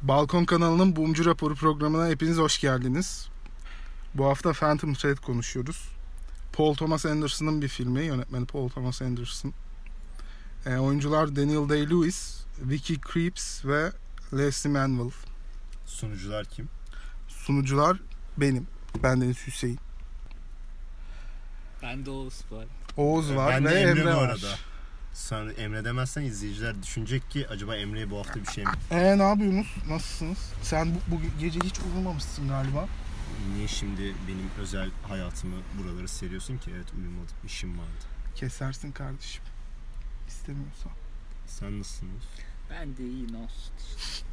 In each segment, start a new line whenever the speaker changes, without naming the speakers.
Balkon kanalının Bumcu Raporu programına hepiniz hoş geldiniz. Bu hafta Phantom Thread konuşuyoruz. Paul Thomas Anderson'ın bir filmi. Yönetmeni Paul Thomas Anderson. Oyuncular Daniel Day-Lewis, Vicky Krieps ve Leslie Manville.
Sunucular kim?
Sunucular benim. Bendeniz Hüseyin.
Ben de Oğuz var.
Oğuz var
ben
ve
de
Emre
bu
var.
arada. Sen Emre demezsen izleyiciler düşünecek ki acaba Emre'ye bu hafta bir şey mi?
Ne yapıyorsunuz? Nasılsınız? Sen bu gece hiç uyumamışsın galiba.
Niye şimdi benim özel hayatımı buraları seriyorsun ki? Evet, uyumadım. İşim vardı.
Kesersin kardeşim. İstemiyorsan.
Sen nasılsınız?
Ben de iyi olsun işte.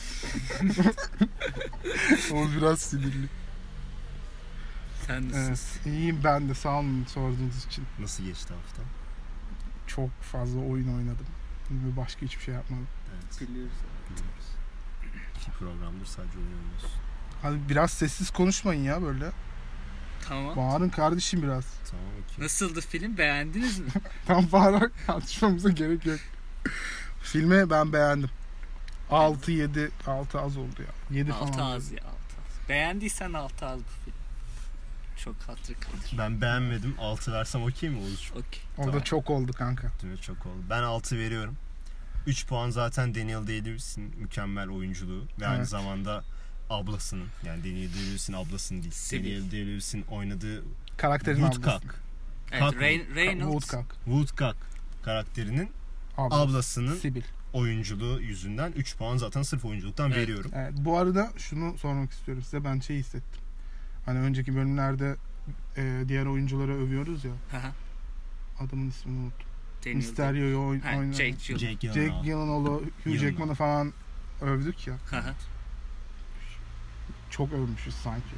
Oğuz biraz sinirli.
Sen nasılsın?
İyiyim ben de, sağ olun sorduğunuz için.
Nasıl geçti hafta?
Çok fazla oyun oynadım. Başka hiçbir şey yapmadım.
Evet.
Biliyoruz.
Biliyoruz. 2 programdır sadece oyun oynuyorsun.
Hadi biraz sessiz konuşmayın ya böyle.
Tamam.
Bağırın kardeşim biraz.
Tamam, okey.
Nasıldı film? Beğendiniz mi?
Tam bağırarak tartışmamıza gerek yok. Filmi ben beğendim. 6-7, 6 az oldu ya. 7 falan.
6 az ya 6 az. Beğendiysen 6 az bu film. Çok hatırı kalır.
Ben beğenmedim. 6 versem okey mi Oğuz?
Okey.
Orada
Tamam.
çok oldu kanka.
Değil mi? Çok oldu. Ben 6 veriyorum. 3 puan zaten Daniel Day-Lewis'in mükemmel oyunculuğu ve aynı
Evet.
zamanda ablasının, yani Daniel Day-Lewis'in ablasının değil.
Sibyl.
Daniel Day-Lewis'in oynadığı
Karakterin ablası.
Woodcock.
Evet,
Kalk-
Reynolds.
Woodcock.
Karakterinin
Ablası.
ablasının
Sibyl.
oyunculuğu yüzünden 3 puan zaten sırf oyunculuktan
Evet.
veriyorum.
Evet, bu arada şunu sormak istiyorum size. Ben şey hissettim. Hani önceki bölümlerde diğer oyuncuları övüyoruz ya.
Haha.
Adamın ismini unuttum.
Daniel
Mysterio'yu
Ha,
oynayan
Jake Gyllenhaal.
Jake
Jake
Gyllenhaal.
Gyllenhaal'ı, Hugh
Gyllenhaal.
Jackman'ı falan övdük ya.
Haha.
Çok övmüşüz sanki.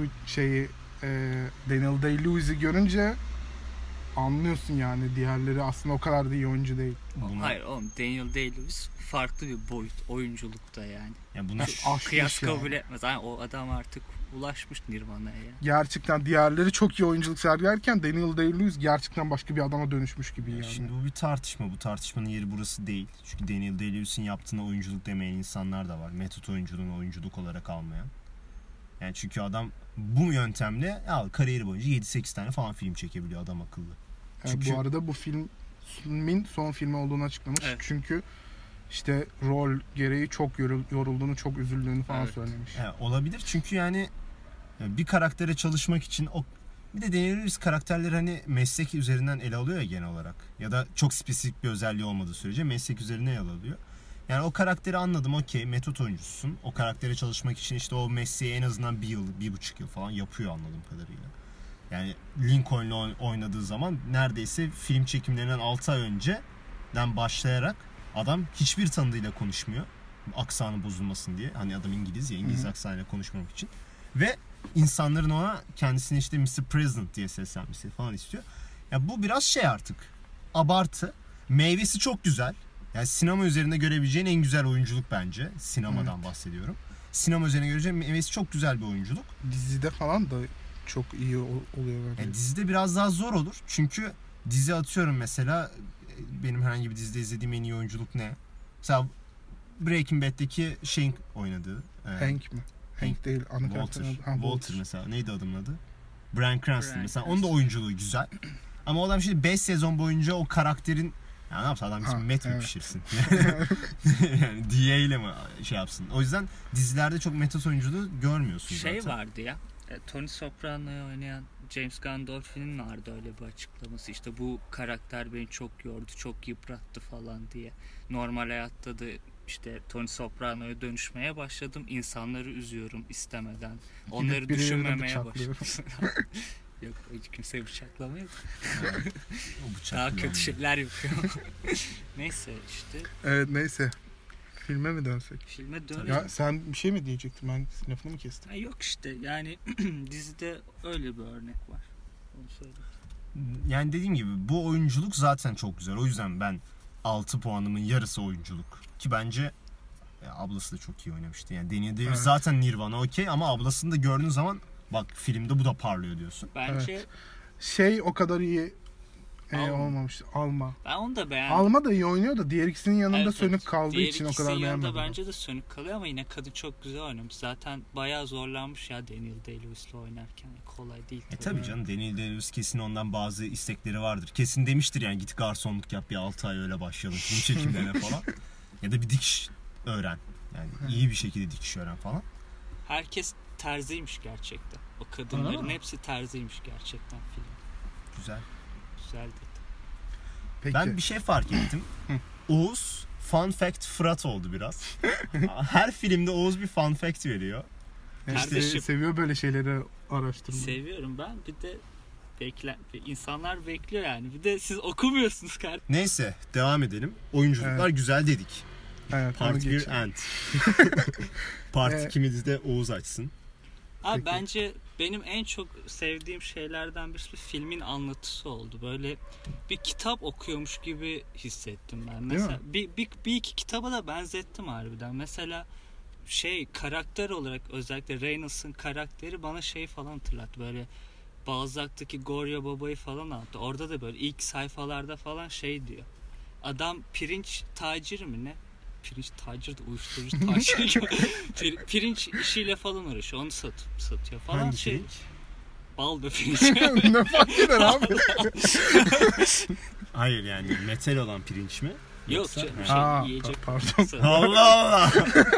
Daniel Day-Lewis'i görünce anlıyorsun yani diğerleri aslında o kadar da iyi oyuncu değil.
Bunu,
Hayır oğlum, Daniel Day-Lewis farklı bir boyut oyunculukta yani.
yani bunu
Aşmış
Kıyas
yani.
kabul etmez. Yani o adam artık ulaşmış Nirvana'ya ya.
Gerçekten diğerleri çok iyi oyunculuk sergilerken Daniel Day-Lewis gerçekten başka bir adama dönüşmüş gibi yani.
Şimdi bu bir tartışma. Bu tartışmanın yeri burası değil. Çünkü Daniel Day-Lewis'in yaptığına oyunculuk demeyen insanlar da var. Metot oyunculuğunu oyunculuk olarak almayan. Yani çünkü adam bu yöntemle kariyeri boyunca 7-8 tane falan film çekebiliyor adam akıllı. Çünkü
Bu arada bu filmin son filmi olduğunu açıklamış.
Evet.
Çünkü işte rol gereği çok yorulduğunu, çok üzüldüğünü falan
Evet.
söylemiş.
olabilir çünkü yani bir karaktere çalışmak için bir de Daniel Day-Lewis karakterleri hani meslek üzerinden ele alıyor ya genel olarak. Ya da çok spesifik bir özelliği olmadığı sürece meslek üzerine ele alıyor. Yani o karakteri anladım, okey, metot oyuncususun. O karaktere çalışmak için işte o mesleği en azından 1 yıl, 1,5 yıl falan yapıyor anladığım kadarıyla. Yani Lincoln'la oynadığı zaman neredeyse film çekimlerinden 6 ay önceden başlayarak adam hiçbir tanıdığıyla konuşmuyor. Aksanı bozulmasın diye. Hani adam İngiliz ya, İngiliz aksanıyla konuşmamak için. Ve insanların ona kendisini işte Mr. President diye seslenmesi falan istiyor. Ya bu biraz şey artık. Abartı. Meyvesi çok güzel. Yani sinema üzerinde görebileceğin en güzel oyunculuk bence. Sinemadan bahsediyorum. Sinema üzerine göreceğin meyvesi çok güzel bir oyunculuk.
Dizide falan da çok iyi oluyor bence.
Yani dizide biraz daha zor olur. Çünkü dizi atıyorum mesela, benim herhangi bir dizide izlediğim en iyi oyunculuk ne? Mesela Breaking Bad'deki şeyin oynadığı.
Hank mi? Hank değil. Ana
Walter.
karakterin adı.
Walter mesela. Neydi adamın adı? Bryan Cranston.
Bryan
Mesela
Cranston.
onun da oyunculuğu güzel. Ama o adam şimdi 5 sezon boyunca o karakterin, ya ne yapsa adam bizim met mi
evet.
pişirsin? Yani DA ile mi şey yapsın? O yüzden dizilerde çok metot oyunculuğu görmüyorsun
Şey
zaten.
vardı ya. Tony Soprano'yu oynayan James Gandolfini'nin vardı öyle bir açıklaması. İşte bu karakter beni çok yordu, çok yıprattı falan diye. Normal hayatta da işte Tony Soprano'ya dönüşmeye başladım. İnsanları üzüyorum istemeden. Onları
birilerini
düşünmemeye
bıçaklıyor.
başladım. Yok, hiç kimseyi bıçaklamıyor.
Evet. O bıçak
Daha
kullanmıyor.
kötü şeyler yapıyor. Neyse işte
Evet, neyse. Filme mi dönsek?
filme dön.
Ya sen bir şey mi diyecektin? Ben lafını mı kestim?
Ha, yok işte yani dizide öyle bir örnek var. Onu söyleyeyim.
Yani dediğim gibi bu oyunculuk zaten çok güzel. O yüzden ben 6 puanımın yarısı oyunculuk. Ki bence ablası da çok iyi oynamıştı. Yani Daniel Day-Lewis
Evet.
zaten Nirvana okey, ama ablasını da gördüğün zaman bak filmde bu da parlıyor diyorsun.
Bence
Şey o kadar iyi Olmamış. Alma.
Ben onu da beğendim.
Alma da iyi oynuyor da diğer ikisinin yanında
Evet,
sönük
evet.
kaldığı
Diğer
için o
ikisinin
kadar
yanında
beğenmedim.
bence de sönük kalıyor ama yine kadın çok güzel oynamış. Zaten bayağı zorlanmış ya Daniel Day-Lewis'le oynarken. Kolay değil.
Tabii canım, Daniel Day-Lewis kesin ondan bazı istekleri vardır. Kesin demiştir yani, git garsonluk yap bir 6 ay öyle başlayalım film çekimlerine falan. Ya da bir dikiş öğren. Yani iyi bir şekilde dikiş öğren falan.
Herkes terziymiş gerçekten. O kadınların
Aa.
hepsi terziymiş gerçekten film.
Güzel.
Güzeldi.
Peki.
Ben bir şey fark ettim. Oğuz fun fact Fırat oldu biraz. Her filmde Oğuz bir fun fact veriyor.
Kardeşim.
Seviyor böyle şeyleri araştırmayı.
Seviyorum ben. Bir de insanlar bekliyor yani. Bir de siz okumuyorsunuz kardeşim.
Neyse, devam edelim. Oyunculuklar güzel dedik.
Evet,
Part
onu
1
geçelim.
end. Part 2'mizi de Oğuz açsın.
Abi
Peki.
bence benim en çok sevdiğim şeylerden birisi filmin anlatısı oldu. Böyle bir kitap okuyormuş gibi hissettim ben.
Değil
Mesela bir iki kitaba da benzettim harbiden. Mesela karakter olarak özellikle Reynolds'ın karakteri bana falan hatırlattı. Böyle Balzac'taki Gorya Baba'yı falan anlattı. Orada da böyle ilk sayfalarda falan diyor. Adam pirinç taciri mi ne? Pirinç tacir de uyuşturucu tacir gibi. Pirinç işiyle falan uğraşıyor. Onu satıyor falan.
Hangi pirinç?
Bal ve pirinç.
Ne fark eder abi?
Hayır yani metal olan pirinç mi?
Yok
Yoksa-
canım,
Ha,
yiyecek.
pardon.
satıyor.
Allah Allah.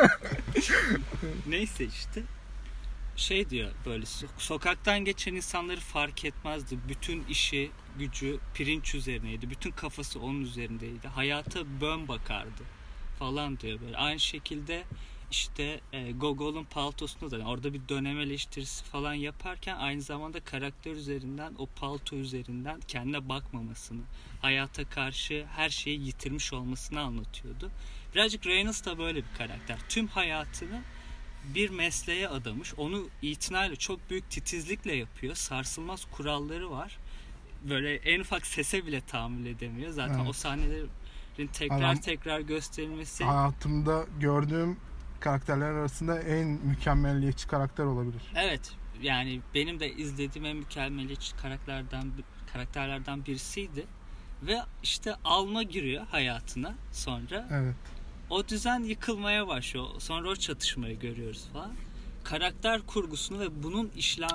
Neyse işte. Diyor böyle sokaktan geçen insanları fark etmezdi. Bütün işi, gücü pirinç üzerineydi. Bütün kafası onun üzerindeydi. Hayata bön bakardı falan diyor böyle. Aynı şekilde işte Gogol'un paltosunda da orada bir dönem eleştirisi falan yaparken aynı zamanda karakter üzerinden, o palto üzerinden kendine bakmamasını, hayata karşı her şeyi yitirmiş olmasını anlatıyordu. Birazcık Reynolds da böyle bir karakter. Tüm hayatını bir mesleğe adamış. Onu itinayla, çok büyük titizlikle yapıyor. Sarsılmaz kuralları var. Böyle en ufak sese bile tahammül edemiyor. Zaten
Evet.
o sahnelerin tekrar gösterilmesi.
Hayatımda gördüğüm karakterler arasında en mükemmelliyetçi karakter olabilir.
Evet. Yani benim de izlediğim en mükemmeliyetçi karakterlerden birisiydi. Ve işte Alma giriyor hayatına sonra.
Evet.
O düzen yıkılmaya başlıyor. Sonra o çatışmayı görüyoruz falan. Karakter kurgusunu ve bunun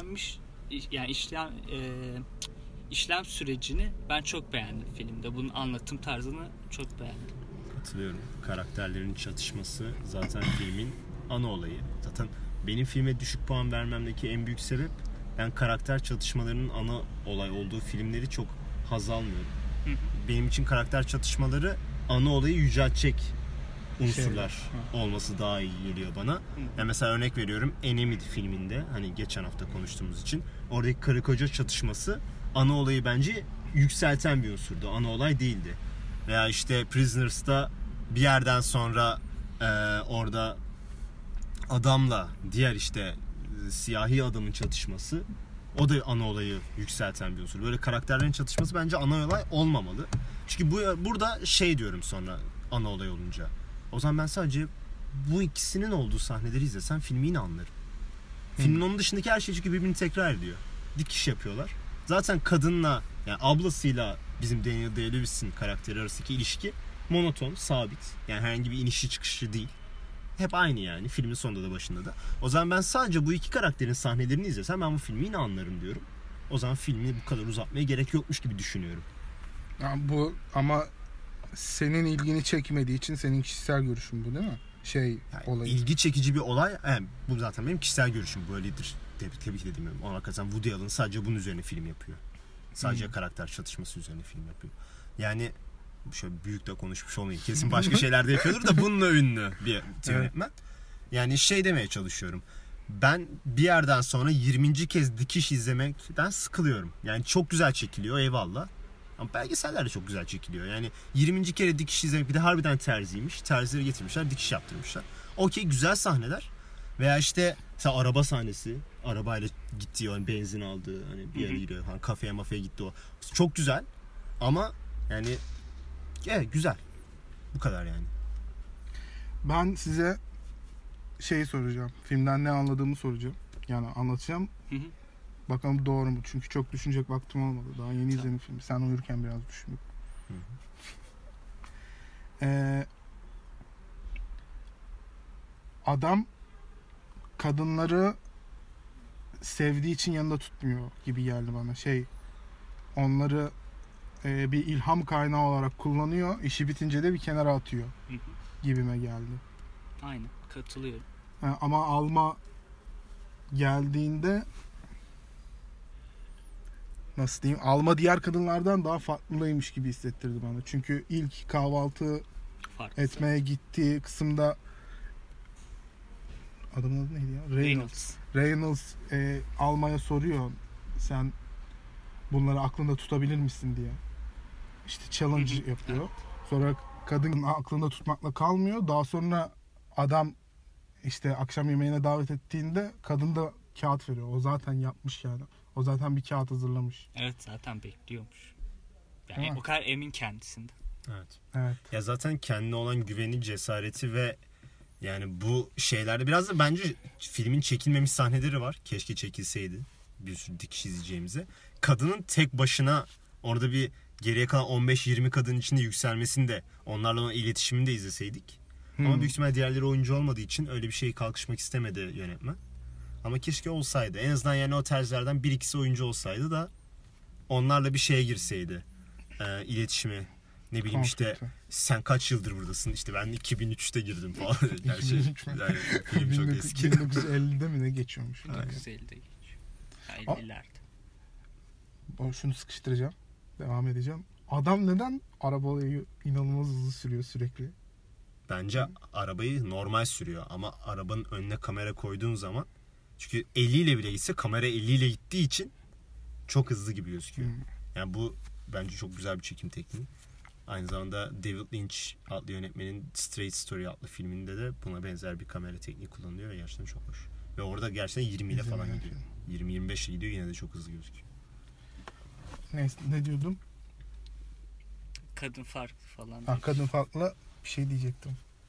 işlem sürecini ben çok beğendim filmde. Bunun anlatım tarzını çok beğendim.
Katılıyorum. Karakterlerin çatışması zaten filmin ana olayı. Zaten benim filme düşük puan vermemdeki en büyük sebep, ben karakter çatışmalarının ana olay olduğu filmleri çok haz almıyorum. Benim için karakter çatışmaları ana olayı yüceltecek unsurlar olması daha iyi geliyor bana. Yani mesela örnek veriyorum, Enemy filminde, hani geçen hafta konuştuğumuz için, oradaki karı koca çatışması ana olayı bence yükselten bir unsurdu. Ana olay değildi. Veya işte Prisoners'ta bir yerden sonra orada adamla diğer işte siyahi adamın çatışması, o da ana olayı yükselten bir unsur. Böyle karakterlerin çatışması bence ana olay olmamalı. Çünkü burada diyorum sonra ana olay olunca. O zaman ben sadece bu ikisinin olduğu sahneleri izlesem filmi yine anlarım. Filmin onun dışındaki her şey çünkü birbirini tekrar ediyor. Dikiş yapıyorlar. Zaten kadınla, yani ablasıyla bizim Daniel Day-Lewis'in karakteri arasındaki ilişki monoton, sabit. Yani herhangi bir inişi çıkışı değil. Hep aynı yani. Filmin sonunda da başında da. O zaman ben sadece bu iki karakterin sahnelerini izlesem ben bu filmi yine anlarım diyorum. O zaman filmi bu kadar uzatmaya gerek yokmuş gibi düşünüyorum.
Yani bu ama senin ilgini çekmediği için senin kişisel görüşün bu değil mi?
Yani
Olayı.
ilgi çekici bir olay. Bu zaten benim kişisel görüşüm, böyledir. Tabii ki de demiyorum. Ona hakikaten Woody Allen sadece bunun üzerine film yapıyor. Sadece karakter çatışması üzerine film yapıyor. Yani şöyle büyük de konuşmuş olmayayım. Kesin başka şeyler de yapıyordur da bununla ünlü bir yönetmen. Yani demeye çalışıyorum. Ben bir yerden sonra 20. kez dikiş izlemekten sıkılıyorum. Yani çok güzel çekiliyor, eyvallah. Ama belgeseller de çok güzel çekiliyor. Yani 20. kere dikiş izlemek, bir de harbiden terziymiş. Terzileri getirmişler, dikiş yaptırmışlar. Okey, güzel sahneler. Veya işte mesela araba sahnesi. Arabayla gittiği, yani benzin aldığı, hani bir yere giriyor. Hani kafeye gitti o. Çok güzel. Ama yani güzel. Bu kadar yani.
Ben size soracağım. Filmden ne anladığımı soracağım. Yani anlatacağım. Bakalım doğru mu? Çünkü çok düşünecek vaktim olmadı. Daha yeni izledim filmi. Sen uyurken biraz düşündüm. Adam kadınları sevdiği için yanında tutmuyor gibi geldi bana. Onları bir ilham kaynağı olarak kullanıyor. İşi bitince de bir kenara atıyor gibime geldi.
Aynen, katılıyorum.
Ama Alma geldiğinde nasıl diyeyim? Alma diğer kadınlardan daha farklıymış gibi hissettirdi bana. Çünkü ilk kahvaltı etmeye gittiği kısımda adamın adı neydi ya? Reynolds Alma'ya soruyor. Sen bunları aklında tutabilir misin diye. İşte challenge yapıyor. Evet. Sonra kadın aklında tutmakla kalmıyor. Daha sonra adam işte akşam yemeğine davet ettiğinde kadın da kağıt veriyor. O zaten yapmış yani. O zaten bir kağıt hazırlamış.
Evet, zaten bekliyormuş. Yani o kadar emin kendisinde.
Evet. Ya zaten kendine olan güveni, cesareti ve yani bu şeylerde biraz da bence filmin çekilmemiş sahneleri var. Keşke çekilseydi. Bir sürü dikiş izleyeceğimize. Kadının tek başına orada bir geriye kalan 15-20 kadının içinde yükselmesini de onlarla olan iletişimini de izleseydik. Ama büyük ihtimalle diğerleri oyuncu olmadığı için öyle bir şeye kalkışmak istemedi yönetmen. Ama keşke olsaydı. En azından yani o tercihlerden bir ikisi oyuncu olsaydı da onlarla bir şeye girseydi. İletişime. Ne bileyim işte sen kaç yıldır buradasın? İşte ben 2003'te girdim falan. Gerçi yani, film çok eski.
1950'de mi ne geçiyormuş?
1950'de geçiyor. Yani 50'lerde.
Şunu sıkıştıracağım. Devam edeceğim. Adam neden arabayı inanılmaz hızlı sürüyor sürekli?
Bence arabayı normal sürüyor ama arabanın önüne kamera koyduğun zaman çünkü 50 ile bile gitse kamera 50 ile gittiği için çok hızlı gibi gözüküyor. Yani bu bence çok güzel bir çekim tekniği. Aynı zamanda David Lynch adlı yönetmenin Straight Story adlı filminde de buna benzer bir kamera tekniği kullanılıyor ve gerçekten çok hoş. Ve orada gerçekten 20 ile falan gidiyor. 20-25 ile gidiyor, yine de çok hızlı gözüküyor.
Neyse, ne diyordum?
Kadın farklı falan.
Kadın farklı bir şey diyecektim.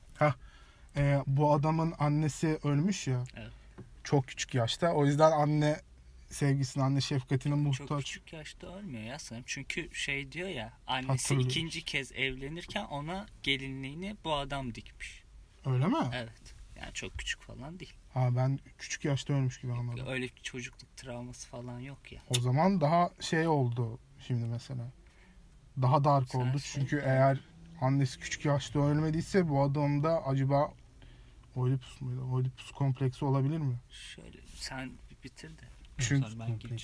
Bu adamın annesi ölmüş ya. Evet. Çok küçük yaşta. O yüzden anne sevgisine, anne şefkatine muhtaç.
Çok küçük yaşta ölmüyor ya sanırım. Çünkü diyor ya, annesi ikinci kez evlenirken ona gelinliğini bu adam dikmiş.
Öyle mi?
Evet. Yani çok küçük falan değil.
Ben küçük yaşta ölmüş gibi anladım.
Öyle bir çocukluk travması falan yok ya.
O zaman daha oldu şimdi mesela. Daha dark oldu. Çünkü eğer annesi küçük yaşta ölmediyse bu adamda acaba Oedipus muydu? Oedipus kompleksi olabilir mi?
Şöyle sen bitir de.
Çünkü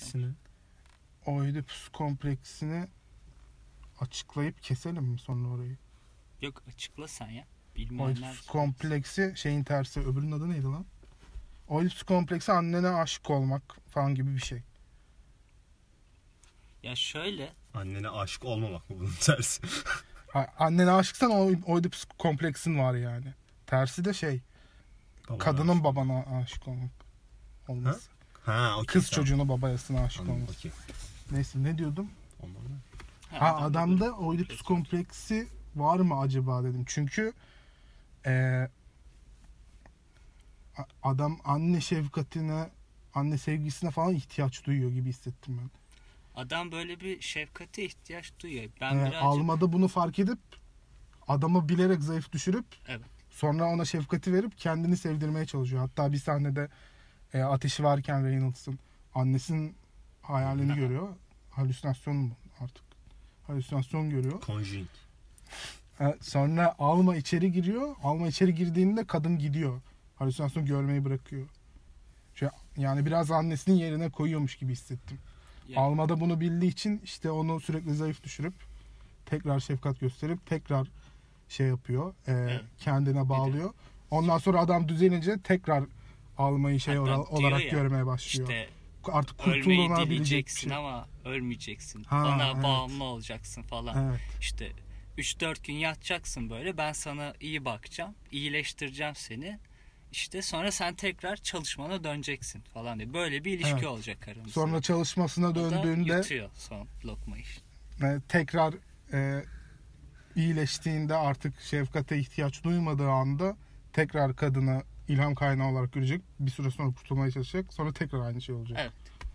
Oedipus kompleksini açıklayıp keselim mi sonra orayı?
Yok, açıkla sen ya. Bilmeyenler.
Oedipus kompleksi şeyin tersi. Öbürünün adı neydi lan? Oedipus kompleksi annene aşık olmak falan gibi bir şey.
Ya şöyle.
Annene aşık olmamak mı bunun tersi?
Annene aşıksan Oedipus kompleksin var yani. Tersi de kadının babana aşık olmak olması.
Okay,
kız çocuğuna babasına aşık olması. Okay. Neyse, ne diyordum? Adamda Oedipus kompleksi var mı acaba dedim. Çünkü adam anne şefkatine, anne sevgisine falan ihtiyaç duyuyor gibi hissettim ben.
Adam böyle bir şefkate ihtiyaç duyuyor. Ben
Almada bunu fark edip adamı bilerek zayıf düşürüp sonra ona şefkati verip kendini sevdirmeye çalışıyor. Hatta bir sahnede ateşi varken Reynolds'ın annesinin hayalini görüyor. Halüsinasyon mu artık? Halüsinasyon görüyor.
Conjuring.
Sonra Alma içeri giriyor. Alma içeri girdiğinde kadın gidiyor. Halüsinasyon görmeyi bırakıyor. Yani biraz annesinin yerine koyuyormuş gibi hissettim. Alma da bunu bildiği için işte onu sürekli zayıf düşürüp tekrar şefkat gösterip tekrar yapıyor. Kendine bağlıyor. Ondan sonra adam düzelince tekrar Alma'yı olarak görmeye başlıyor.
İşte
artık kurtulunabilecek bir şey.
Ama ölmeyeceksin. Bana bağımlı olacaksın falan.
Evet.
İşte 3-4 gün yatacaksın böyle. Ben sana iyi bakacağım. İyileştireceğim seni. İşte sonra sen tekrar çalışmana döneceksin falan diye. Böyle bir ilişki olacak aramızda.
Sonra çalışmasına döndüğünde
yutuyor son lokmayı.
Tekrar iyileştiğinde artık şefkate ihtiyaç duymadığı anda tekrar kadını ilham kaynağı olarak görecek. Bir süre sonra kurtulmaya çalışacak. Sonra tekrar aynı şey olacak.
Evet.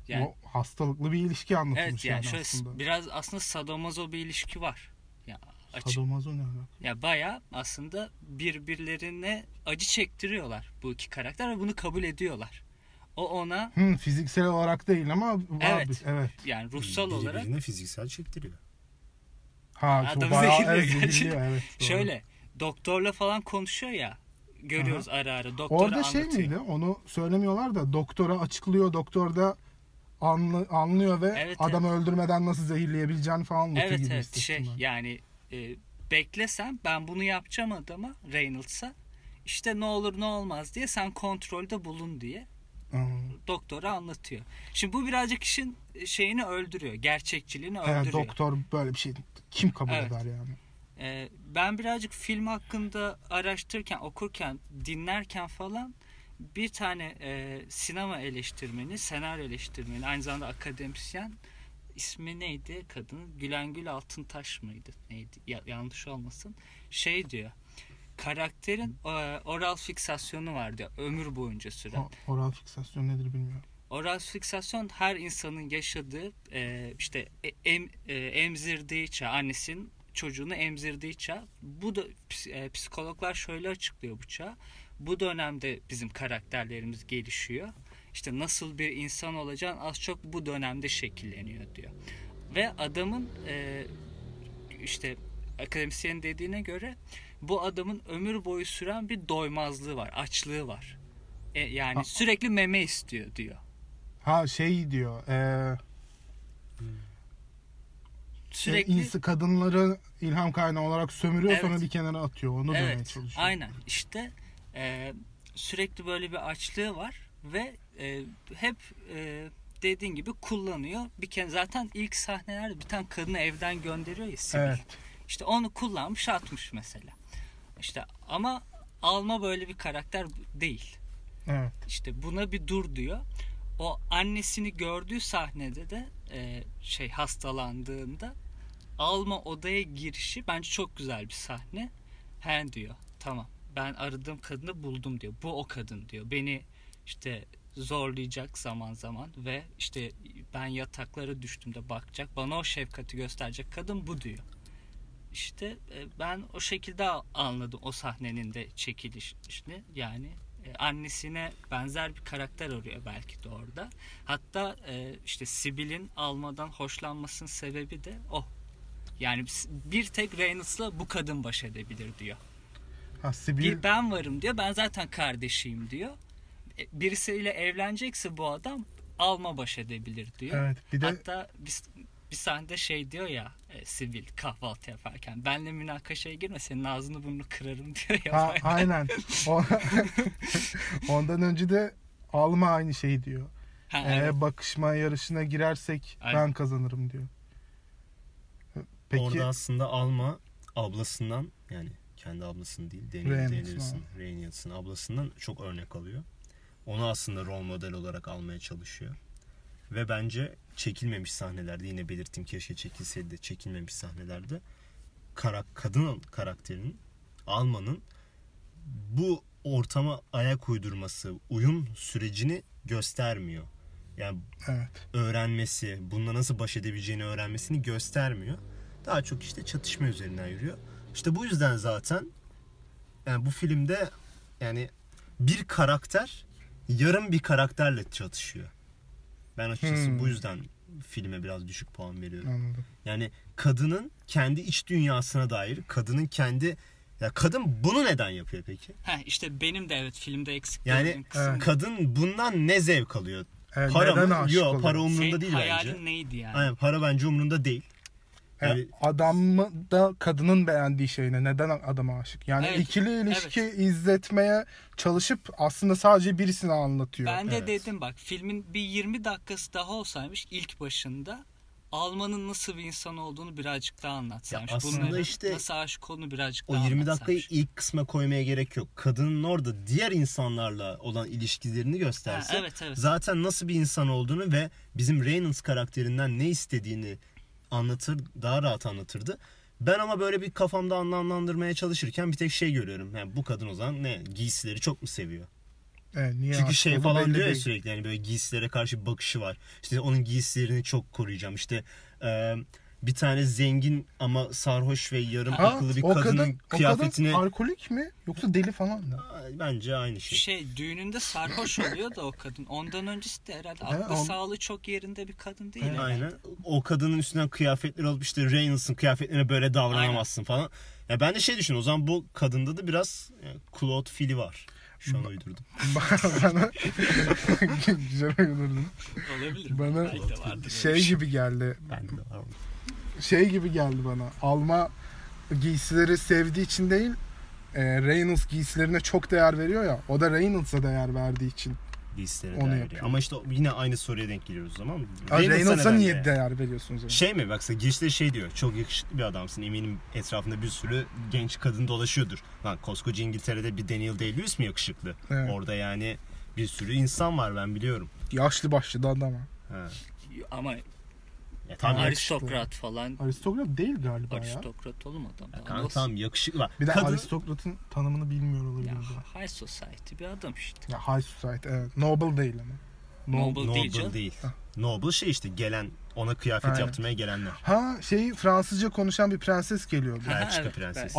Yani,
o hastalıklı bir ilişki anlatılmış
evet yani şöyle
aslında.
biraz aslında sadomazo bir ilişki var. Ya açık.
Sadomazo ne alaka?
Ya bayağı aslında birbirlerine acı çektiriyorlar bu iki karakter ve bunu kabul ediyorlar. O ona
Fiziksel olarak değil ama var
Evet.
evet.
yani ruhsal olarak
Birbirine fiziksel çektiriyor.
Ha,
Adamı
bayağı
zehirliyor
zehirliyor,
gerçekten.
evet. Doğru.
şöyle doktorla falan konuşuyor ya, görüyoruz ara ara doktora
Orada şey
anlatıyor.
miydi? Onu söylemiyorlar da doktora açıklıyor. Doktor da anlıyor ve
Evet,
adamı öldürmeden nasıl zehirleyebileceğini falan anlatıyor
Evet
gibi
evet
hissettim ben.
yani beklesem ben bunu yapacağım adama, Reynolds'a, işte ne olur ne olmaz diye sen kontrolde bulun diye doktora anlatıyor. Şimdi bu birazcık işin şeyini öldürüyor, gerçekçiliğini öldürüyor.
Doktor böyle bir şey kim kabul
Evet.
eder yani?
Ben birazcık film hakkında araştırırken, okurken, dinlerken falan bir tane sinema eleştirmeni, senaryo eleştirmeni, aynı zamanda akademisyen, ismi neydi kadının? Gülengül Altıntaş mıydı? Neydi? Yanlış olmasın. Şey diyor. Karakterin oral fiksasyonu var diyor. Ömür boyunca süren.
Oral fiksasyon nedir bilmiyorum.
Oral fiksasyon her insanın yaşadığı işte emzirdiği çağ, annesinin çocuğunu emzirdiği çağ. Bu da psikologlar şöyle açıklıyor bu çağ. Bu dönemde bizim karakterlerimiz gelişiyor. İşte nasıl bir insan olacağın az çok bu dönemde şekilleniyor diyor. Ve adamın işte akademisyenin dediğine göre bu adamın ömür boyu süren bir doymazlığı var, açlığı var. Yani sürekli meme istiyor diyor.
Ha şey diyor.
Sürekli
kadınları ilham kaynağı olarak sömürüyor,
Evet.
sonra bir kenara atıyor. Onu demeye
evet,
çalışıyor.
aynen işte sürekli böyle bir açlığı var ve hep dediğin gibi kullanıyor. Bir kere zaten ilk sahnelerde bir tane kadını evden gönderiyor ya, Sibyl.
Evet.
İşte onu kullanmış, atmış mesela. İşte ama Alma böyle bir karakter değil.
Evet.
İşte buna bir dur diyor. O annesini gördüğü sahnede de hastalandığında Alma odaya girişi bence çok güzel bir sahne. He diyor, tamam ben aradığım kadını buldum diyor. Bu o kadın diyor. Beni işte zorlayacak zaman zaman ve işte ben yataklara düştüğümde bakacak. Bana o şefkati gösterecek kadın bu diyor. İşte ben o şekilde anladım o sahnenin de çekilişini. Yani annesine benzer bir karakter arıyor belki de orada. Hatta işte Sibyl'in Alma'dan hoşlanmasının sebebi de o. Yani bir tek Reynolds'la bu kadın baş edebilir diyor.
Ha, Sibyl
Bir ben varım diyor. Ben zaten kardeşiyim diyor. Birisiyle evlenecekse bu adam Alma baş edebilir diyor.
Evet, bir de
Hatta bir sahnede şey diyor ya Sibyl kahvaltı yaparken, benle münakaşaya girme senin ağzını burnunu kırarım diyor ya.
aynen. Ondan önce de Alma aynı şeyi diyor.
Evet.
Bakışma yarışına girersek
Aynen.
ben kazanırım diyor. Peki
Orada aslında Alma ablasından, yani kendi ablasının değil, Reynolds'ın ablasından çok örnek alıyor. Onu aslında rol model olarak almaya çalışıyor. Ve bence çekilmemiş sahnelerde, yine belirttim keşke çekilseydi de, çekilmemiş sahnelerde kadın karakterinin, Alma'nın bu ortama ayak uydurması, uyum sürecini göstermiyor. Yani
evet.
öğrenmesi, bununla nasıl baş edebileceğini öğrenmesini göstermiyor. Daha çok işte çatışma üzerinden yürüyor. İşte bu yüzden zaten yani bu filmde yani bir karakter yarım bir karakterle çatışıyor. Ben açıkçası bu yüzden filme biraz düşük puan veriyorum.
Anladım.
Yani kadının kendi iç dünyasına dair, kadının kendi, ya kadın bunu neden yapıyor peki?
İşte benim de evet filmde eksik
Yani
gördüğüm kısım.
kadın bundan ne zevk alıyor?
Evet,
Para
neden
mı?
aşık
Yok,
oluyor?
para umurunda değil
hayalin
bence.
neydi yani?
Aynen, para bence umurunda değil. Yani
Adam mı da kadının beğendiği şeyine neden adama aşık? Yani
Evet,
ikili ilişki izletmeye çalışıp aslında sadece birisini anlatıyor.
Ben de
Evet.
dedim bak, filmin bir 20 dakikası daha olsaymış ilk başında, Alman'ın nasıl bir insan olduğunu birazcık daha anlatsaymış.
Ya aslında
Bunların
işte
nasıl aşık olduğunu birazcık
o
daha
20
anlatsaymış.
dakikayı ilk kısma koymaya gerek yok. Kadının orada diğer insanlarla olan ilişkilerini gösterse
Evet.
zaten nasıl bir insan olduğunu ve bizim Reynolds karakterinden ne istediğini daha rahat anlatırdı. Ben ama böyle bir kafamda anlamlandırmaya çalışırken bir tek şey görüyorum. Yani bu kadın o zaman ne? Giysileri çok mu seviyor?
Evet, niye
Çünkü şey
aslında
falan
belli
diyor ya
değil.
sürekli, yani böyle giysilere karşı bir bakışı var. İşte onun giysilerini çok koruyacağım. İşte bir tane zengin ama sarhoş ve yarım
Ha,
akıllı bir
o
kadının kıyafetini...
o kadın alkolik mi yoksa deli falan mı?
Bence aynı şey.
Düğününde sarhoş oluyor da o kadın. Ondan öncesi de herhalde aklı sağlığı çok yerinde bir kadın değil.
Aynen. O kadının üstünden kıyafetleri alıp işte Reynolds'ın kıyafetlerine böyle davranamazsın falan. Ya ben de şey düşünüyorum. O zaman bu kadında da biraz Claude Fili var. Şu an uydurdum.
Bana güzel uydurdun.
Olabilir.
Bana
Belki de vardır
şey gibi geldi.
Ben de var.
Şey gibi geldi bana. Alma giysileri sevdiği için değil, Reynolds giysilerine çok değer veriyor ya. O da Reynolds'a değer verdiği için
Giysilere
onu
değer
yapıyor.
veriyor. Ama işte yine aynı soruya denk geliyoruz o zaman.
Reynolds'a
neden
niye değer veriyorsunuz?
Şey mi, baksa girişte şey diyor. Çok yakışıklı bir adamsın. Eminim etrafında bir sürü genç kadın dolaşıyordur. Lan koskoca İngiltere'de bir Daniel Day-Lewis mi yakışıklı?
Evet.
Orada yani bir sürü insan var, ben biliyorum.
Yaşlı başlı da adam.
Ha.
Ama
Tam
aristokrat falan.
Aristokrat değil galiba ya.
Aristokrat oğlum adam.
Kanka tamam, yakışıklı var.
Bir de
Kadın...
aristokratın tanımını bilmiyor olabilir.
Ya, high society bir adam işte.
Ya high society, evet. Noble değil ama.
Noble değil canım.
değil. Noble şey işte, gelen, ona kıyafet
Aynen.
yaptırmaya gelenler.
Ha, Fransızca konuşan bir prenses geliyordu.
Belçika
evet,
prensesi.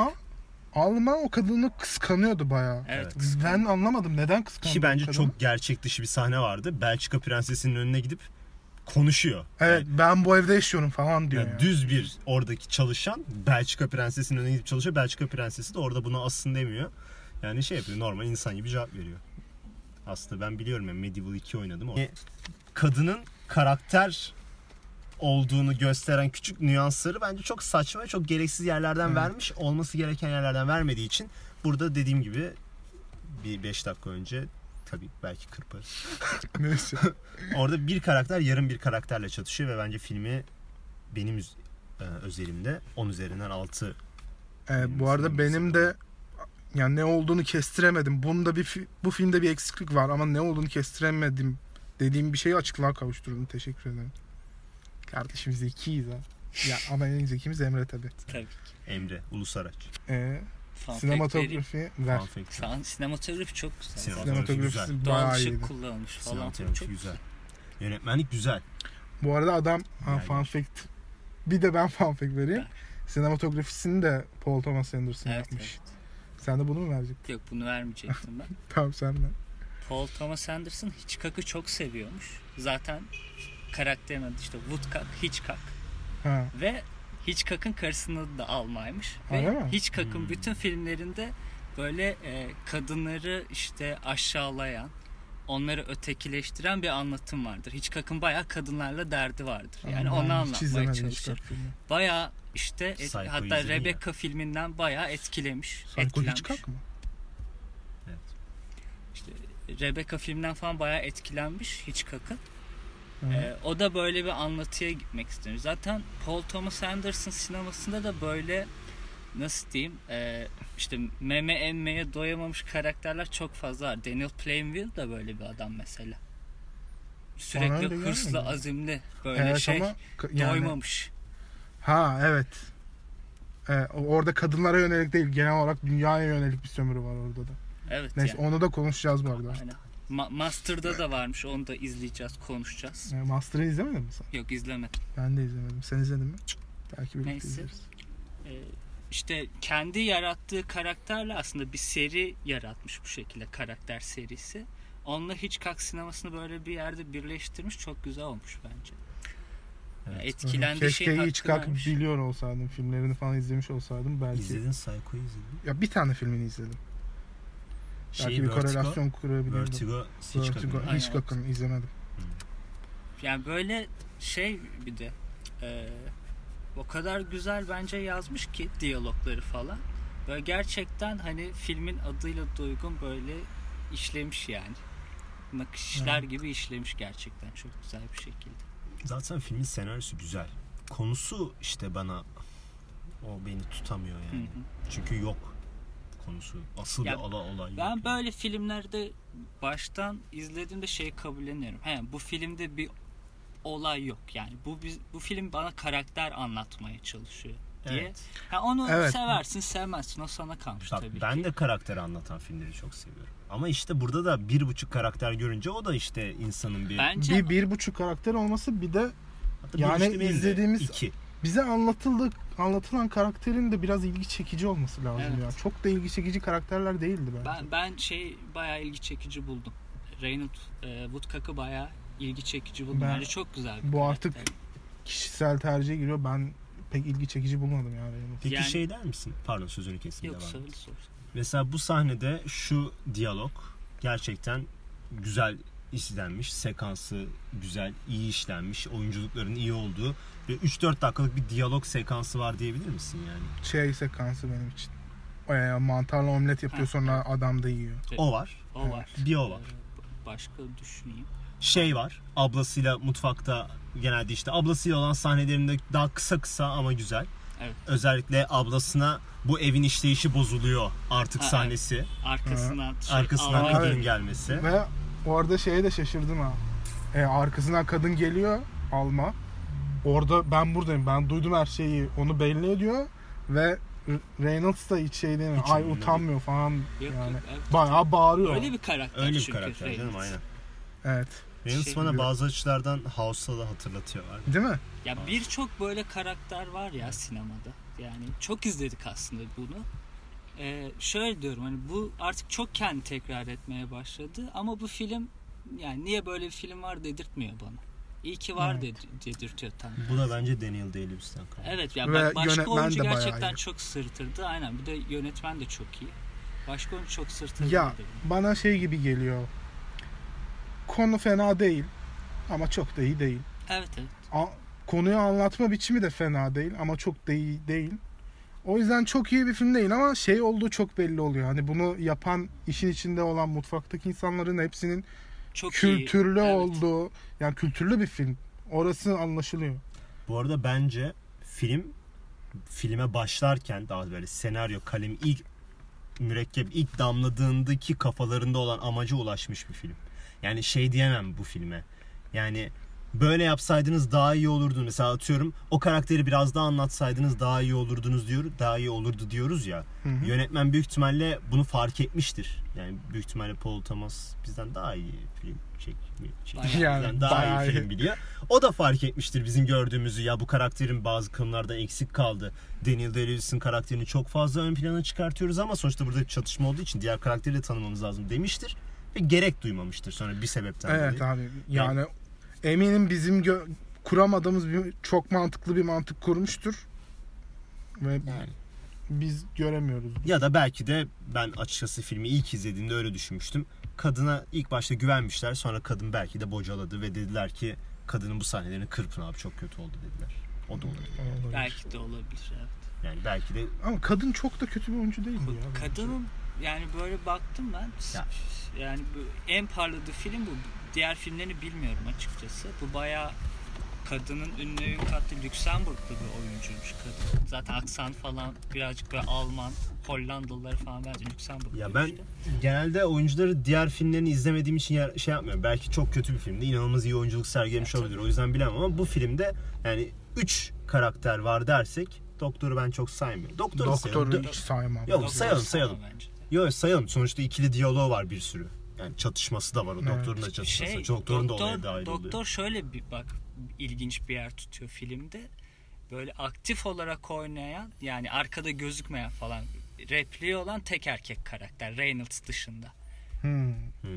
Alma o kadını kıskanıyordu bayağı.
Evet.
Ben anlamadım neden kıskandı.
Ki bence
o kadını.
çok gerçek dışı bir sahne vardı. Belçika prensesinin önüne gidip konuşuyor.
Evet, ben bu evde yaşıyorum falan diyor.
Yani
Yani.
düz bir oradaki çalışan Belçika prensesinin önüne gidip çalışıyor. Belçika prensesi de orada buna asın demiyor. Yani şey yapıyor, normal insan gibi cevap veriyor. Aslında ben biliyorum, yani Medieval 2 oynadım. Kadının karakter olduğunu gösteren küçük nüansları bence çok saçma ve çok gereksiz yerlerden vermiş. Olması gereken yerlerden vermediği için burada dediğim gibi bir 5 dakika önce, tabii belki kırparız.
Neyse.
Orada bir karakter yarım bir karakterle çatışıyor ve bence filmi benim özelimde 10 üzerinden 6.
Bu arada benim de yani ne olduğunu kestiremedim. Bu filmde bir eksiklik var ama ne olduğunu kestiremedim dediğim bir şeyi açıklığa kavuşturdum. Teşekkür ederim. Kardeşim zekiyiz ha. Ya ama en zekimiz Emre tabii.
Tabii.
Emre Ulusaraç.
Sinematografi ver.
Sinematografi çok güzel.
Sinematografisi
Doğal
bayağı
ışık
iyiydi.
kullanılmış falan.
Sinematografi
Çok
güzel. Yönetmenlik güzel.
Bu arada adam
Yani.
fun fact. Bir de ben fun fact vereyim.
Ver.
Sinematografisini de Paul Thomas Anderson
Evet,
yapmış.
evet.
Sen de bunu mu verecektin?
Yok, bunu vermeyecektim ben.
Tamam, sen de.
Paul Thomas Anderson Hitchcock'ı çok seviyormuş. Zaten karakterin adı işte Woodcock, Hitchcock.
Ha.
Ve Hitchcock'ın karısının adı da Alma'ymış.
Öyle
Ve
mi?
Hitchcock'ın bütün filmlerinde böyle kadınları işte aşağılayan, onları ötekileştiren bir anlatım vardır. Hitchcock'ın bayağı kadınlarla derdi vardır. Yani onu
Hiç
anlatmaya
izlemedim
çalışır.
Hitchcock filmi.
Bayağı işte
Psycho
hatta
izledin
Rebecca filminden bayağı etkilemiş.
Psycho
etkilenmiş.
Hitchcock mı?
İşte Rebecca filmden falan bayağı etkilenmiş Hitchcock'ın.
Hı.
O da böyle bir anlatıya gitmek istemiş. Zaten Paul Thomas Anderson sinemasında da böyle, nasıl diyeyim, işte meme emmeye doyamamış karakterler çok fazla var. Daniel Plainville de böyle bir adam mesela.
Bana öyle
Sürekli hırslı,
gelmedi.
azimli, böyle
Evet ama
doymamış.
Ha, evet. Orada kadınlara yönelik değil, genel olarak dünyaya yönelik bir sömürü var orada da.
Evet.
Neyse,
yani.
onu da konuşacağız bu arada.
Aynen. Master'da da varmış. Onu da izleyeceğiz, konuşacağız.
Master'ı izlemedin mi sen?
Yok, izlemedim.
Ben de izlemedim. Sen izledin mi? Belki birlikte
Neyse.
izleriz.
İşte kendi yarattığı karakterle aslında bir seri yaratmış, bu şekilde karakter serisi. Onunla Hitchcock sinemasını böyle bir yerde birleştirmiş. Çok güzel olmuş bence.
Evet.
Yani etkilendiği
Keşke
şeyin
Hitchcock
hakkını vermiş.
biliyor olsaydım, filmlerini falan izlemiş olsaydım belki.
İzledin, Psycho'yu izledin.
Ya bir tane filmini izledim. Belki bir korelasyon kurabilirdim.
Vertigo Hitchcock'ın.
Hitchcock'ın izlemedim.
Yani böyle şey, bir de o kadar güzel bence yazmış ki diyalogları falan. Böyle gerçekten hani filmin adıyla da uygun böyle işlemiş yani. Nakış işler gibi işlemiş gerçekten çok güzel bir şekilde.
Zaten filmin senaryosu güzel. Konusu işte bana, o beni tutamıyor yani.
Hı hı.
Çünkü yok konusu. Asıl
Ya,
bir olay yok.
Ben böyle filmlerde baştan izlediğimde kabulleniyorum. Bu filmde bir olay yok yani. Bu film bana karakter anlatmaya çalışıyor. diye.
Evet.
Ha, onu
Evet.
seversin sevmezsin, o sana kalmış
Bak
tabii
ben
ki.
de karakteri anlatan filmleri çok seviyorum. Ama işte burada da 1,5 karakter görünce o da işte insanın bir...
Bence
1,5 karakter olması, bir de
Hatta
yani
1,5 demeyelim de
izlediğimiz
2.
bize anlatılan karakterin de biraz ilgi çekici olması lazım
Evet.
ya. Çok da ilgi çekici karakterler değildi bence.
ben bayağı ilgi çekici buldum. Reynold Woodcock'ı bayağı ilgi çekici buldum.
Ben-
Bence çok güzel bir
bu
karakter.
artık kişisel tercihe giriyor. Ben pek ilgi çekici bulmadım yani.
Peki
Yani-
şey der misin? Pardon sözünü kestim.
Yok,
devam et.
söyle sor.
Mesela bu sahnede şu diyalog gerçekten güzel izlenmiş. Sekansı güzel, iyi işlenmiş. Oyunculukların iyi olduğu ve 3-4 dakikalık bir diyalog sekansı var diyebilir misin yani?
Şey sekansı benim için. Mantarlı omlet yapıyor,
Ha,
sonra adam da yiyor.
O var.
O var.
Bir o var.
Başka düşüneyim.
Şey var. Ablasıyla mutfakta genelde işte ablasıyla olan sahnelerinde daha kısa ama güzel.
Evet.
Özellikle ablasına bu evin işleyişi bozuluyor artık
Ha,
sahnesi.
Arkasından
Arkasından
alma-
kadının
Evet.
gelmesi.
Ve orada şeye de şaşırdım ha. Arkasından kadın geliyor alma. Orada ben buradayım, ben duydum her şeyi, onu belli ediyor ve Reynolds da hiç şey demiyor.
Hiç
Ay
umurunda
utanmıyor falan
Yok,
yani.
yok, evet.
Bayağı bağırıyor.
Öyle bir karakter
Öyle bir
çünkü
karakter canım
Reynolds.
aynen.
Evet.
Reynolds
Şey
bana
gibi.
bazı açılardan House'la da hatırlatıyor. Var.
Değil mi?
Ya birçok böyle karakter var ya sinemada. Yani çok izledik aslında bunu. Şöyle diyorum, hani bu artık çok kendi tekrar etmeye başladı ama bu film, yani niye böyle bir film var dedirtmiyor bana. İyi ki var dedirtiyor tam.
Bu da bence Daniel Day-Lewis'ten kaldı.
Evet ya,
Ve
bak başka
yönetmen
oyuncu
de bayağı
gerçekten
iyi.
çok sırtırdı. Aynen, bir de yönetmen de çok iyi. Başka oyuncu çok sırtırdı.
Ya
dedi.
bana şey gibi geliyor. Konu fena değil ama çok da iyi değil.
Evet evet.
Konuyu anlatma biçimi de fena değil ama çok da iyi değil. O yüzden çok iyi bir film değil ama şey olduğu çok belli oluyor. Hani bunu yapan, işin içinde olan mutfaktaki insanların hepsinin
Çok
kültürlü
iyi. Evet.
olduğu, yani kültürlü bir film. Orası anlaşılıyor.
Bu arada bence filme başlarken daha böyle senaryo kalemi ilk damladığındaki kafalarında olan amaca ulaşmış bir film. Yani şey diyemem bu filme. Yani böyle yapsaydınız daha iyi olurdu. Mesela atıyorum o karakteri biraz daha anlatsaydınız daha iyi olurdu diyoruz ya.
Hı hı.
Yönetmen büyük ihtimalle bunu fark etmiştir. Yani büyük ihtimalle Paul Thomas bizden daha iyi film
Bayağı.
Yani
bizden daha
bayağı
iyi
iyi.
film biliyor. O da fark etmiştir bizim gördüğümüzü. Ya bu karakterin bazı konularda eksik kaldı. Daniel Day-Lewis'in karakterini çok fazla ön plana çıkartıyoruz ama sonuçta burada çatışma olduğu için diğer karakteri de tanımamız lazım demiştir. Ve gerek duymamıştır sonra bir sebepten
Evet
dolayı.
abi. Yani eminim bizim kuramadığımız çok mantıklı bir mantık kurmuştur. Ve
Yani.
biz göremiyoruz.
Ya da belki de ben açıkçası filmi ilk izlediğimde öyle düşünmüştüm. Kadına ilk başta güvenmişler, sonra kadın belki de bocaladı ve dediler ki kadının bu sahnelerini kırpın abi, çok kötü oldu dediler. O da olabilir.
Olabilir.
Belki de olabilir. Evet.
Yani belki de
Ama kadın çok da kötü bir oyuncu değil mi ya?
Kadının, yani böyle baktım ben.
Ya.
Yani bu en parladığı film bu. Diğer filmlerini bilmiyorum açıkçası. Bu bayağı kadının ünlü katlı Lüksemburglu bir oyuncuymuş kadın. Zaten aksan falan birazcık böyle Alman, Hollandalıları falan bence Lüksemburglu.
ya ben genelde oyuncuları diğer filmlerini izlemediğim için şey yapmıyorum. Belki çok kötü bir filmdi. İnanılmaz iyi oyunculuk sergilemiş
Evet,
olabilir. O yüzden bilemem ama bu filmde yani 3 karakter var dersek Doktor'u ben çok saymıyorum. Doktor'u
Doktoru hiç saymam.
Yok, sayalım.
Bence.
Yok sayalım. Sonuçta ikili diyaloğu var bir sürü. Yani çatışması da var. O
Evet.
doktorun da çatışması. Doktorun da olaya dahil oluyor.
Doktor şöyle bir bak, ilginç bir yer tutuyor filmde. Böyle aktif olarak oynayan, yani arkada gözükmeyen falan, repliği olan tek erkek karakter Reynolds dışında.
Hmm.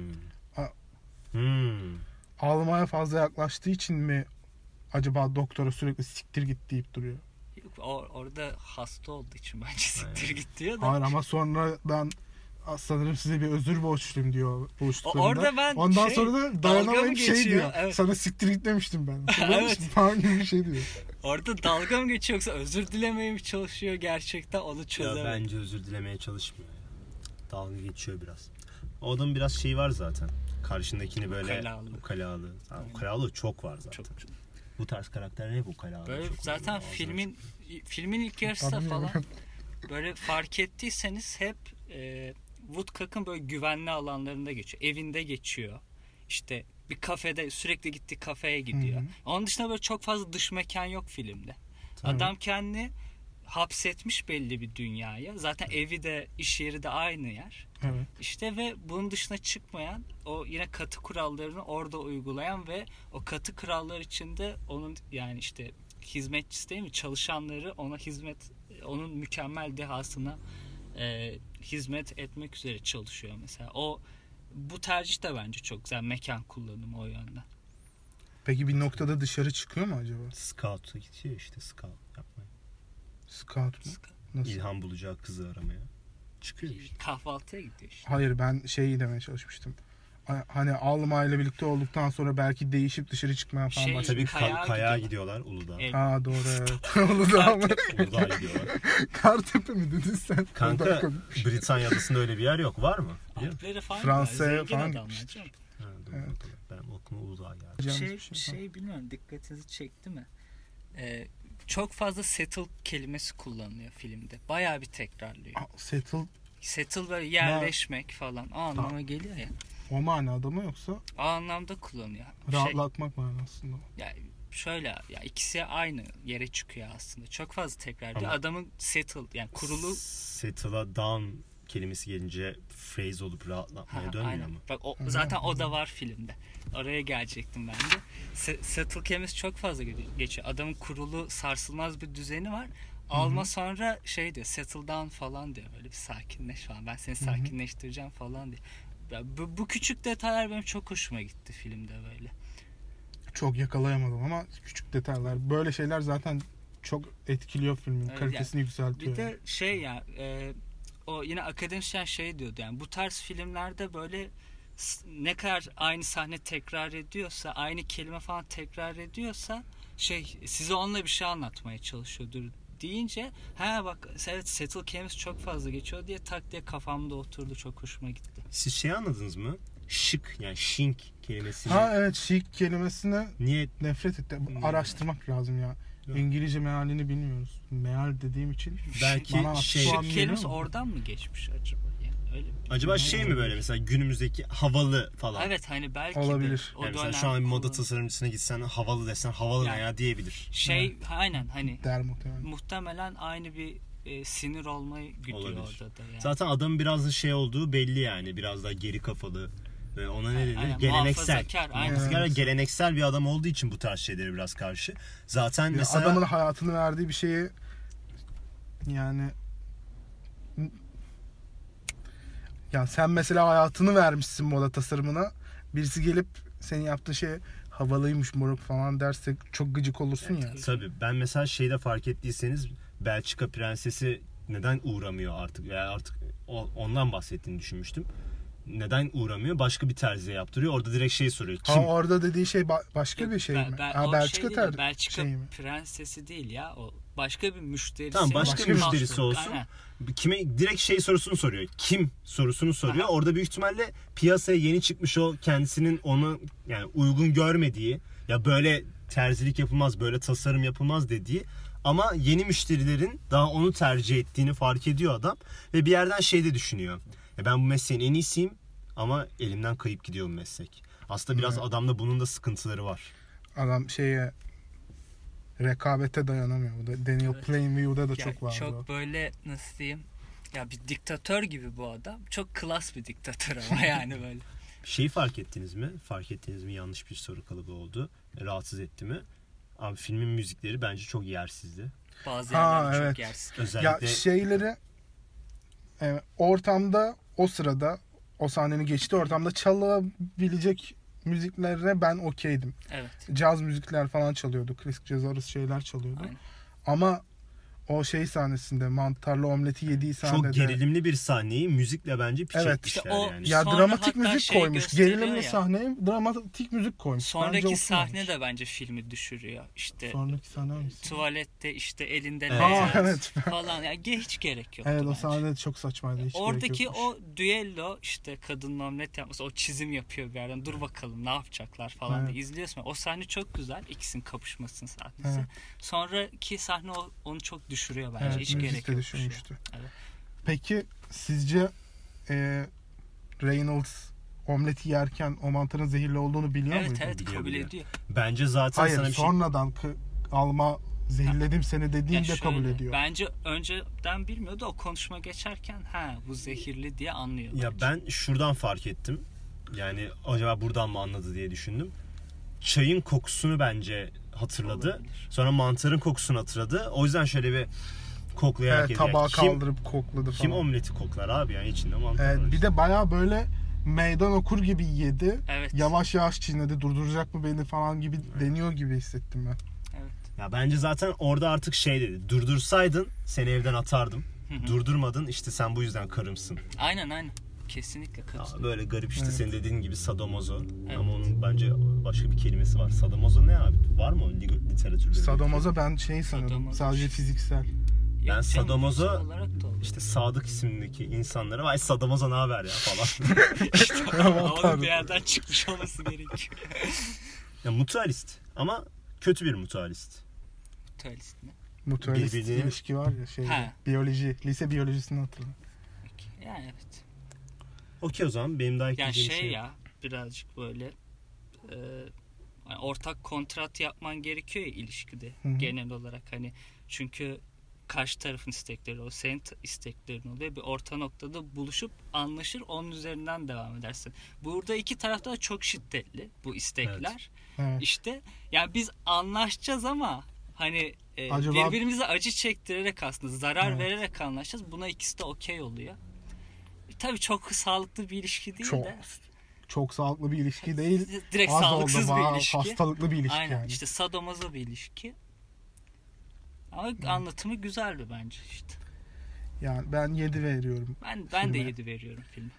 Almanya fazla yaklaştığı için mi acaba doktora sürekli siktir git deyip duruyor?
Yok, orada hasta olduğu için bence siktir git diyor da.
Hayır ama sonradan sanırım size bir özür borçluyum diyor buluştuklarında.
Orada ben
ondan
şey,
sonra da
dalga
dayanamayıp
mı
şey
geçiyor?
diyor.
Evet.
Sana siktir git demiştim ben.
Evet.
Falan gibi bir şey diyor.
Orada dalga mı geçiyor yoksa özür dilemeye mi çalışıyor gerçekten, onu
Ya
çözemedim.
bence özür dilemeye çalışmıyor. Ya. Dalga geçiyor biraz. O adamın biraz şeyi var zaten. Karşındakini böyle ukalalığı. Ukalalığı çok var zaten.
Çok.
Bu tarz karakter ne bu ukalalığı?
Böyle
çok
zaten
oluyor.
filmin ilk yarısı
Adam
falan
ya.
böyle fark ettiyseniz hep Woodcock'ın böyle güvenli alanlarında geçiyor. Evinde geçiyor. İşte bir kafede, sürekli gittiği kafeye gidiyor.
Hı hı.
Onun dışında böyle çok fazla dış mekan yok filmde.
Tabii.
Adam kendi hapsetmiş belli bir dünyaya. Zaten evi de iş yeri de aynı yer.
Evet.
İşte ve bunun dışına çıkmayan, o yine katı kurallarını orada uygulayan ve o katı kurallar içinde onun yani işte hizmetçisi değil mi? Çalışanları ona onun mükemmel dehasına hizmet etmek üzere çalışıyor mesela. Bu tercih de bence çok güzel. Mekan kullanımı o yönden.
Peki bir noktada dışarı çıkıyor mu acaba?
Scout'a gidiyor işte, scout yapmaya.
Scout mu? Nasıl?
İlham bulacağı kızı aramaya. Çıkıyor işte.
Kahvaltıya gidiyor işte.
Hayır, ben şeyi demeye çalışmıştım. Hani Alma ile birlikte olduktan sonra belki değişip dışarı çıkmaya falan başlıyor.
Tabii kayağa
gidiyorlar.
Uludağ.
Aa doğru evet. Uludağ mı?
Uludağ'a gidiyorlar.
Kartepe mi dedin sen?
Kanka Britanya adasında öyle bir yer yok. Var mı?
Alplere falan
Fransa'ya
zengin
falan
adamlar
gitmiştir.
canım.
Ha, doğru,
Evet.
doğru. Benim aklıma Uludağ geldi.
Şey bilmiyorum, dikkatinizi çekti mi? Çok fazla settle kelimesi kullanılıyor filmde. Bayağı bir tekrarlıyor. Settle böyle yerleşmek falan. O anlama geliyor ya.
O manada mı yoksa
O anlamda kullanıyor.
rahatlatmak manasında mı?
Yani şöyle ya, ikisi aynı yere çıkıyor aslında. Çok fazla tekrarlıyor.
Ama
Adamın settle yani kurulu
settle'a down kelimesi gelince phrase olup rahatlatmaya dönmüyor
aynen.
mu?
Bak zaten o da var filmde. Oraya gelecektim ben de. Settle kelimesi çok fazla geçiyor. Adamın kurulu sarsılmaz bir düzeni var. Alma sonra şey diyor, settle down falan diyor. Böyle bir sakinleş falan. Ben seni sakinleştireceğim falan diyor. Ya bu küçük detaylar benim çok hoşuma gitti filmde böyle.
Çok yakalayamadım ama küçük detaylar. Böyle şeyler zaten çok etkiliyor filmin.
Evet,
kalitesini yükseltiyor.
Bir de şey ya o yine akademisyen şey diyordu yani, bu tarz filmlerde böyle ne kadar aynı sahne tekrar ediyorsa, aynı kelime falan tekrar ediyorsa size onunla bir şey anlatmaya çalışıyordur deyince bak evet settle kelimesi çok fazla geçiyor diye tak diye kafamda oturdu, çok hoşuma gitti.
Siz şey anladınız mı? Şık yani şink kelimesini.
Ha evet, şık kelimesine
Niye?
nefret etti. Araştırmak lazım ya. İngilizce mealini bilmiyoruz. Meal dediğim için.
Belki
bana
şey-
şu an
Şık
geliyor
kelimesi
mu?
oradan mı geçmiş acaba? Yani öyle
Acaba şey mi böyle mesela günümüzdeki havalı falan?
Evet hani belki
Olabilir.
de o
Yani mesela
dönem
şu an bir moda
kullan-
tasarımcısına gitsen havalı desen havalı ne
Yani-
ya diyebilir.
aynen hani
Der muhtemelen.
muhtemelen aynı bir sinir olmayı güdüyor
Olabilir.
orada da yani.
Zaten adamın biraz da şey olduğu belli yani. Biraz daha geri kafalı. Ve ona ne denir?
Aynen,
Geleneksel.
muhafazakar, aynen.
Muhafazakar ve geleneksel bir adam olduğu için bu tarz şeylere biraz karşı. Zaten
Ya
mesela
adamın hayatını verdiği bir şeyi yani ya sen mesela hayatını vermişsin moda tasarımına, birisi gelip senin yaptığın şey havalıymış moruk falan derse çok gıcık olursun ya.
tabii ben mesela şeyde fark ettiyseniz Belçika prensesi neden uğramıyor artık veya artık ondan bahsettiğini düşünmüştüm. Neden uğramıyor? Başka bir terziye yaptırıyor. Orada direkt şey soruyor. Kim?
Ha, orada dediği şey başka bir şey mi?
O
Belçika
şey değil, Belçika
şey mi?
prensesi değil ya, o başka bir müşterisi.
Tamam, başka
bir
müşterisi olsun.
Aynen.
Kime direkt şey sorusunu soruyor. Kim sorusunu soruyor.
Aha.
Orada büyük ihtimalle piyasaya yeni çıkmış o kendisinin onu yani uygun görmediği ya böyle terzilik yapılmaz, böyle tasarım yapılmaz dediği ama yeni müşterilerin daha onu tercih ettiğini fark ediyor adam ve bir yerden şey de düşünüyor. Ben bu mesleğin en iyisiyim ama elimden kayıp gidiyor bu meslek. Aslında biraz adamda bunun da sıkıntıları var.
Adam rekabete dayanamıyor. Daniel
Evet.
Plainview'da da
Ya
çok vardı.
çok böyle nasıl diyeyim, ya bir diktatör gibi bu adam. Çok klas bir diktatör ama yani böyle.
Şeyi fark ettiniz mi? Fark ettiğiniz mi? Yanlış bir soru kalıbı oldu. Rahatsız etti mi? Abi filmin müzikleri bence çok yersizdi.
Bazı yerler
evet.
çok yersiz.
Özellikle
Ya şeyleri ortamda o sırada o sahnenin geçtiği ortamda çalabilecek müziklerine ben okeydim.
Evet.
Caz müzikler falan çalıyordu. Klasik caz arası şeyler çalıyordu.
Aynen.
Ama o sahnesinde mantarlı omleti yediği sahnede
çok gerilimli bir sahneyi müzikle bence piç
Evet.
etmişler
İşte o-
yani.
ya
Sonra
dramatik
hatta
müzik
şey
koymuş.
gösteriyor
Gerilimli
ya.
sahneye dramatik müzik koymuş. Bence
Sonraki
oturmamış.
sahne de bence filmi düşürüyor. İşte
Sonraki sahne hangisi?
tuvalette işte elinde
Evet.
lazer
Evet.
falan. Yani hiç gerek yok.
Evet, o sahne çok saçmaydı. Hiç gerek
Oradaki
yokmuş.
o düello, işte kadının omlet yapması, o çizim yapıyor bir yerden, dur bakalım ne yapacaklar falan
Evet.
diye izliyorsun. O sahne çok güzel, ikisinin kapışmasının sahnesi.
Evet.
Sonraki sahne onu çok düşürüyor bence.
Evet,
hiç
müzik
gerek
de
yok.
düşürmüştü.
Evet.
Peki sizce Reynolds omleti yerken o mantarın zehirli olduğunu biliyor
Evet
muydu?
evet,
Biliyor,
kabul
biliyor.
ediyor.
Bence zaten
Hayır,
sana bir şey...
sonradan alma zehirledim seni
Ya
dediğinde kabul
şöyle,
ediyor.
Bence önceden bilmiyordu, o konuşma geçerken bu zehirli diye anlıyor.
Ya
bence.
ben şuradan fark ettim. Yani acaba buradan mı anladı diye düşündüm. Çayın kokusunu bence hatırladı.
Olabilir.
Sonra mantarın kokusunu hatırladı. O yüzden şöyle bir koklayarak
Evet,
yedi.
tabağı
Kim,
kaldırıp kokladı
kim
falan.
omleti koklar abi yani içinde mantar
Evet,
var.
bir de bayağı böyle meydan okur gibi yedi.
Evet.
Yavaş yavaş çiğnedi. Durduracak mı beni falan gibi deniyor gibi hissettim ben.
Evet.
Ya bence zaten orada artık şey dedi. Durdursaydın seni evden atardım. Durdurmadın işte sen bu yüzden karımsın.
Aynen. Kesinlikle
Ya
katılıyorum.
böyle garip işte
Evet.
senin dediğin gibi sadomazo.
Evet.
Ama onun bence başka bir kelimesi var. Sadomazo ne abi? Var mı o literatürde?
Sadomazo ben şey sanıyordum.
Sadomazo.
Sadece fiziksel.
Ben
Yok canım,
sadomazo-
fiziksel olarak da olur.
İşte Sadık isimdeki insanlara vay Sadomazo ne haber ya falan.
Ama
Tanrım.
bir yerden çıkmış olması gerekiyor.
Ya mutualist ama kötü bir mutualist.
Mutualist mi?
Mutualist
Birbirine-
ilişki var ya şey.
Ha.
Biyoloji. Lise biyolojisini hatırla.
Okey. Yani evet.
Okey o zaman benim daha
Yani
ekleyeceğim
şey
şey.
ya, birazcık böyle hani ortak kontrat yapman gerekiyor ya ilişkide
Hı hı.
genel olarak, hani çünkü karşı tarafın istekleri o senin isteklerin oluyor, bir orta noktada buluşup anlaşır, onun üzerinden devam edersin. Burada iki tarafta da çok şiddetli bu istekler.
Evet.
İşte yani biz anlaşacağız ama hani
Acaba-
birbirimize acı çektirerek aslında zarar
Evet.
vererek anlaşacağız. Buna ikisi de okey oluyor. Tabii çok sağlıklı bir ilişki değil
Çok
de.
çok sağlıklı bir ilişki değil.
Direkt
Az
sağlıksız
oldu,
bir ilişki.
hastalıklı bir ilişki
Aynen.
yani.
İşte sadomazo bir ilişki. Ama anlatımı güzeldi bence işte.
Yani ben 7 veriyorum.
Ben de
Filme.
7 veriyorum filme.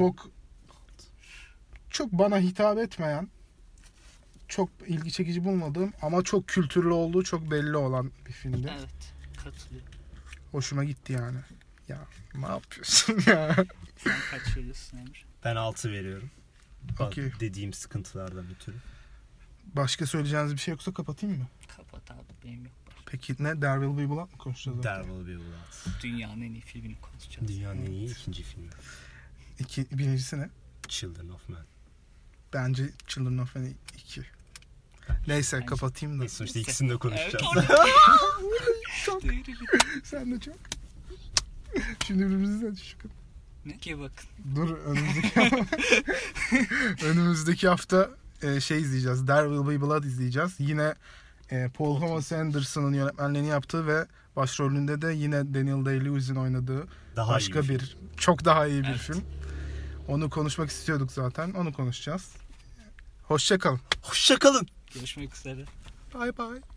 Çok bana hitap etmeyen, çok ilgi çekici bulmadığım ama çok kültürlü olduğu çok belli olan bir filmdi.
Evet. Katılıyorum.
Hoşuma gitti yani. Ya ne yapıyorsun ya?
Sen kaç veriyorsun Emre?
Ben 6 veriyorum.
Okey.
Dediğim sıkıntılardan ötürü.
Başka söyleyeceğiniz bir şey yoksa kapatayım mı?
Kapat abi, benim yok.
Peki ne? There Will Be Blood mı konuşacağız?
There Will Be Blood.
Dünyanın en iyi filmini konuşacağız.
Dünyanın en iyi ikinci filmi.
Birincisi ne?
Children of Men.
Bence Children of Men 2. Neyse
Bence-
kapatayım da.
Sonuçta ikisini de konuşacağız.
Evet,
Çok. Sen de çok. Şimdi birbirimizden çıkın.
Ne ki bakın.
Dur önümüzdeki hafta şey izleyeceğiz. There Will Be Blood izleyeceğiz. Yine Paul Thomas Anderson'ın yönetmenliğini yaptığı ve başrolünde de yine Daniel Day-Lewis'in oynadığı
Daha
başka
iyi
bir çok daha iyi bir
Evet.
film. Onu konuşmak istiyorduk zaten. Onu konuşacağız. Hoşça kalın.
Hoşçakalın.
Görüşmek üzere.
Bye bye.